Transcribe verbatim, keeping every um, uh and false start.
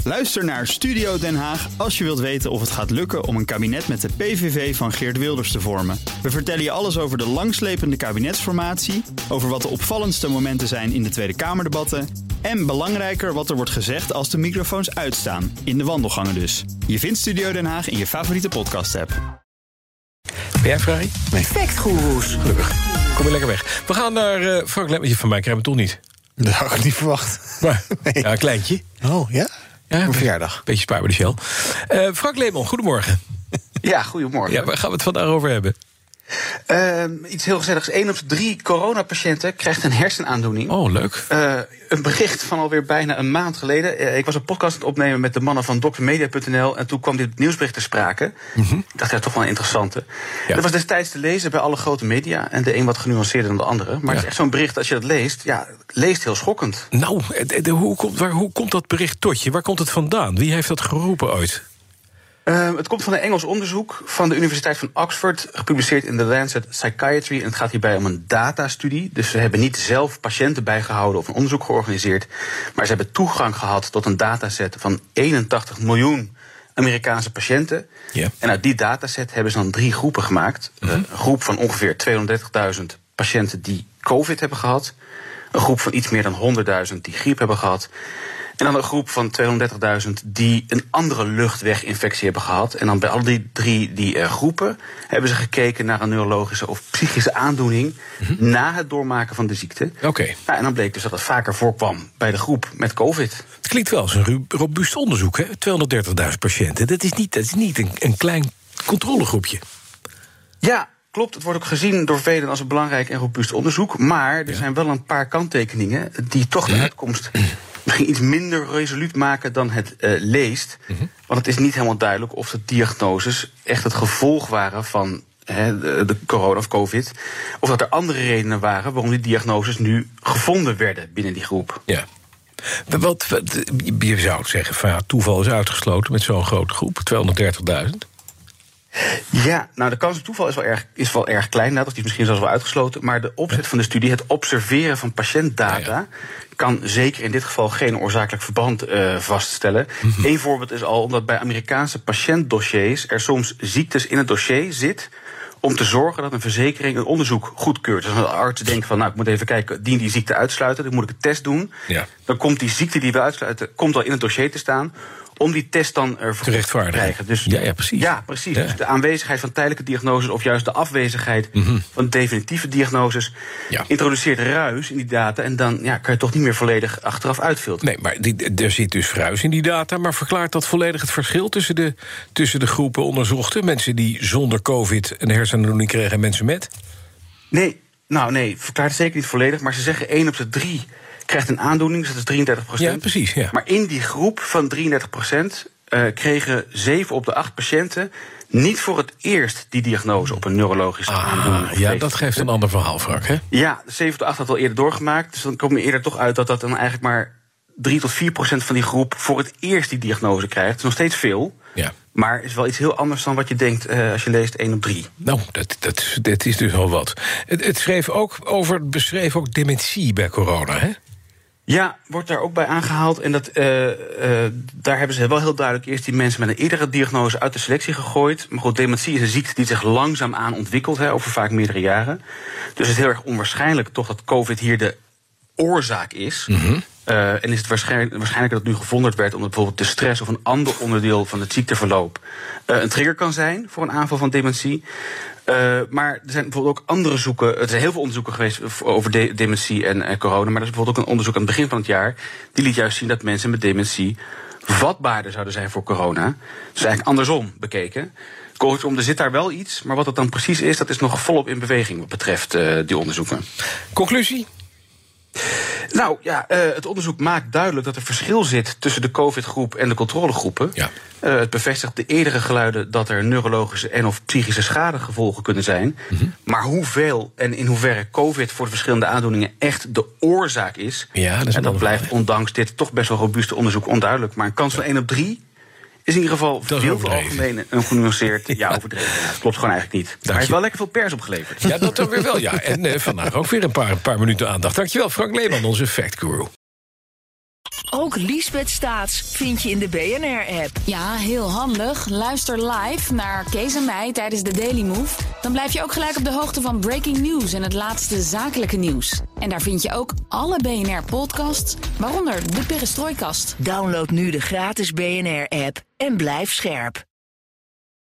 Luister naar Studio Den Haag als je wilt weten of het gaat lukken om een kabinet met de P V V van Geert Wilders te vormen. We vertellen je alles over de langslepende kabinetsformatie, over wat de opvallendste momenten zijn in de Tweede Kamerdebatten en belangrijker wat er wordt gezegd als de microfoons uitstaan, in de wandelgangen dus. Je vindt Studio Den Haag in je favoriete podcast-app. Ben jij vrij? Nee. Factgoeroes. Gelukkig. Kom je lekker weg. We gaan naar uh, Frank Leeman. Van mij krijgen we het toch niet? Dat had ik niet verwacht. Maar, nee. Ja, een kleintje. Oh, ja? Ja, een verjaardag. Beetje spaar bij de Shell. Uh, Frank Leeman, goedemorgen. Ja, goedemorgen. Ja, waar gaan we het vandaag over hebben? Uh, iets heel gezelligs. Eén op de drie coronapatiënten krijgt een hersenaandoening. Oh, leuk. Uh, een bericht van alweer bijna een maand geleden. Uh, ik was een podcast aan het opnemen met de mannen van dokter media punt n l... en toen kwam dit nieuwsbericht ter sprake. Mm-hmm. Ik dacht, ja, toch wel een interessante. Ja. Dat was destijds te lezen bij alle grote media. En de een wat genuanceerder dan de andere. Maar ja. Het is echt zo'n bericht, als je dat leest, ja, leest heel schokkend. Nou, de, de, hoe, komt, waar, hoe komt dat bericht tot je? Waar komt het vandaan? Wie heeft dat geroepen ooit? Uh, het komt van een Engels onderzoek van de Universiteit van Oxford, gepubliceerd in The Lancet Psychiatry. En het gaat hierbij om een datastudie. Dus ze hebben niet zelf patiënten bijgehouden of een onderzoek georganiseerd, maar ze hebben toegang gehad tot een dataset van eenentachtig miljoen Amerikaanse patiënten. Yeah. En uit die dataset hebben ze dan drie groepen gemaakt. Mm-hmm. Een groep van ongeveer tweehonderddertigduizend patiënten die COVID hebben gehad. Een groep van iets meer dan honderdduizend die griep hebben gehad. En dan een groep van tweehonderddertigduizend die een andere luchtweginfectie hebben gehad. En dan bij al die drie die, uh, groepen hebben ze gekeken naar een neurologische of psychische aandoening mm-hmm. na het doormaken van de ziekte. Oké. Okay. Nou, en dan bleek dus dat het vaker voorkwam bij de groep met COVID. Het klinkt wel als een robuust onderzoek, hè? tweehonderddertigduizend patiënten. Dat is niet, dat is niet een, een klein controlegroepje. Ja. Klopt, het wordt ook gezien door velen als een belangrijk en robuust onderzoek. Maar er ja. zijn wel een paar kanttekeningen die toch de uitkomst misschien iets minder resoluut maken dan het uh, leest. Mm-hmm. Want het is niet helemaal duidelijk of de diagnoses echt het gevolg waren van he, de, de corona of COVID. Of dat er andere redenen waren waarom die diagnoses nu gevonden werden binnen die groep. Ja. Wat, wat, je zou zeggen, van, ja, toeval is uitgesloten met zo'n grote groep, tweehonderddertigduizend. Ja, nou de kans op toeval is wel erg, is wel erg klein, dat is die misschien zelfs wel uitgesloten. Maar de opzet van de studie, het observeren van patiëntdata, ja, ja. kan zeker in dit geval geen oorzakelijk verband uh, vaststellen. Mm-hmm. Eén voorbeeld is al omdat bij Amerikaanse patiëntdossiers er soms ziektes in het dossier zit om te zorgen dat een verzekering een onderzoek goedkeurt. Dus als een arts denkt van, nou, ik moet even kijken, die die ziekte uitsluiten, dan moet ik een test doen. Ja. Dan komt die ziekte die we uitsluiten, komt al in het dossier te staan, om die test dan ervoor te krijgen. Dus, ja, ja, precies. Ja, precies. Ja. Dus de aanwezigheid van tijdelijke diagnoses of juist de afwezigheid mm-hmm. van definitieve diagnoses ja. introduceert ruis in die data en dan ja, kan je toch niet meer volledig achteraf uitfilteren. Nee, maar die, er zit dus ruis in die data, maar verklaart dat volledig het verschil tussen de, tussen de groepen onderzochten? Mensen die zonder COVID een hersenaandoening kregen en mensen met? Nee, nou nee, verklaart het zeker niet volledig, maar ze zeggen één op de drie krijgt een aandoening, dus dat is drieëndertig procent. Ja, precies, ja. Maar in die groep van drieëndertig procent uh, kregen zeven op de acht patiënten niet voor het eerst die diagnose op een neurologische ah, aandoening. Ja, dat geeft een ander verhaal, Frank, hè? Ja, zeven op de acht had al eerder doorgemaakt, dus dan kom je eerder toch uit dat dat dan eigenlijk maar drie tot vier procent van die groep voor het eerst die diagnose krijgt. Het is nog steeds veel. Ja. Maar is wel iets heel anders dan wat je denkt uh, als je leest één op drie. Nou, dat, dat, dat is dus al wat. Het, het schreef ook over, beschreef ook dementie bij corona, hè? Ja, wordt daar ook bij aangehaald. En dat, uh, uh, daar hebben ze wel heel duidelijk eerst die mensen met een eerdere diagnose uit de selectie gegooid. Maar goed, dementie is een ziekte die zich langzaamaan ontwikkelt, hè, over vaak meerdere jaren. Dus het is heel erg onwaarschijnlijk toch dat COVID hier de oorzaak is. Mm-hmm. Uh, en is het waarschijnlijk, waarschijnlijk dat het nu gevonden werd omdat bijvoorbeeld de stress of een ander onderdeel van het ziekteverloop uh, een trigger kan zijn voor een aanval van dementie. Uh, maar er zijn bijvoorbeeld ook andere zoeken. Er zijn heel veel onderzoeken geweest over de, dementie en uh, corona. Maar er is bijvoorbeeld ook een onderzoek aan het begin van het jaar. Die liet juist zien dat mensen met dementie vatbaarder zouden zijn voor corona. Dus eigenlijk andersom bekeken. Kortom, er zit daar wel iets. Maar wat het dan precies is, dat is nog volop in beweging wat betreft uh, die onderzoeken. Conclusie? Nou ja, uh, het onderzoek maakt duidelijk dat er verschil zit tussen de COVID-groep en de controlegroepen. Ja. Uh, het bevestigt de eerdere geluiden dat er neurologische en of psychische schadegevolgen kunnen zijn. Mm-hmm. Maar hoeveel en in hoeverre COVID voor de verschillende aandoeningen echt de oorzaak is, ja, dat, is en dat blijft vraag. Ondanks dit toch best wel robuuste onderzoek onduidelijk. Maar een kans van één op drie is in ieder geval veel te algemeen en genuanceerd. Ja, ja, overdreven. Ja, dat klopt gewoon eigenlijk niet. Maar hij heeft wel lekker veel pers opgeleverd. Ja, dat dan weer wel, ja. En uh, vandaag ook weer een paar, een paar minuten aandacht. Dankjewel, Frank Leeman, onze Fact Guru. Ook Liesbeth Staats vind je in de B N R-app. Ja, heel handig. Luister live naar Kees en mij tijdens de Daily Move. Dan blijf je ook gelijk op de hoogte van breaking news en het laatste zakelijke nieuws. En daar vind je ook alle B N R-podcasts, waaronder de Perestrooikast. Download nu de gratis B N R-app en blijf scherp.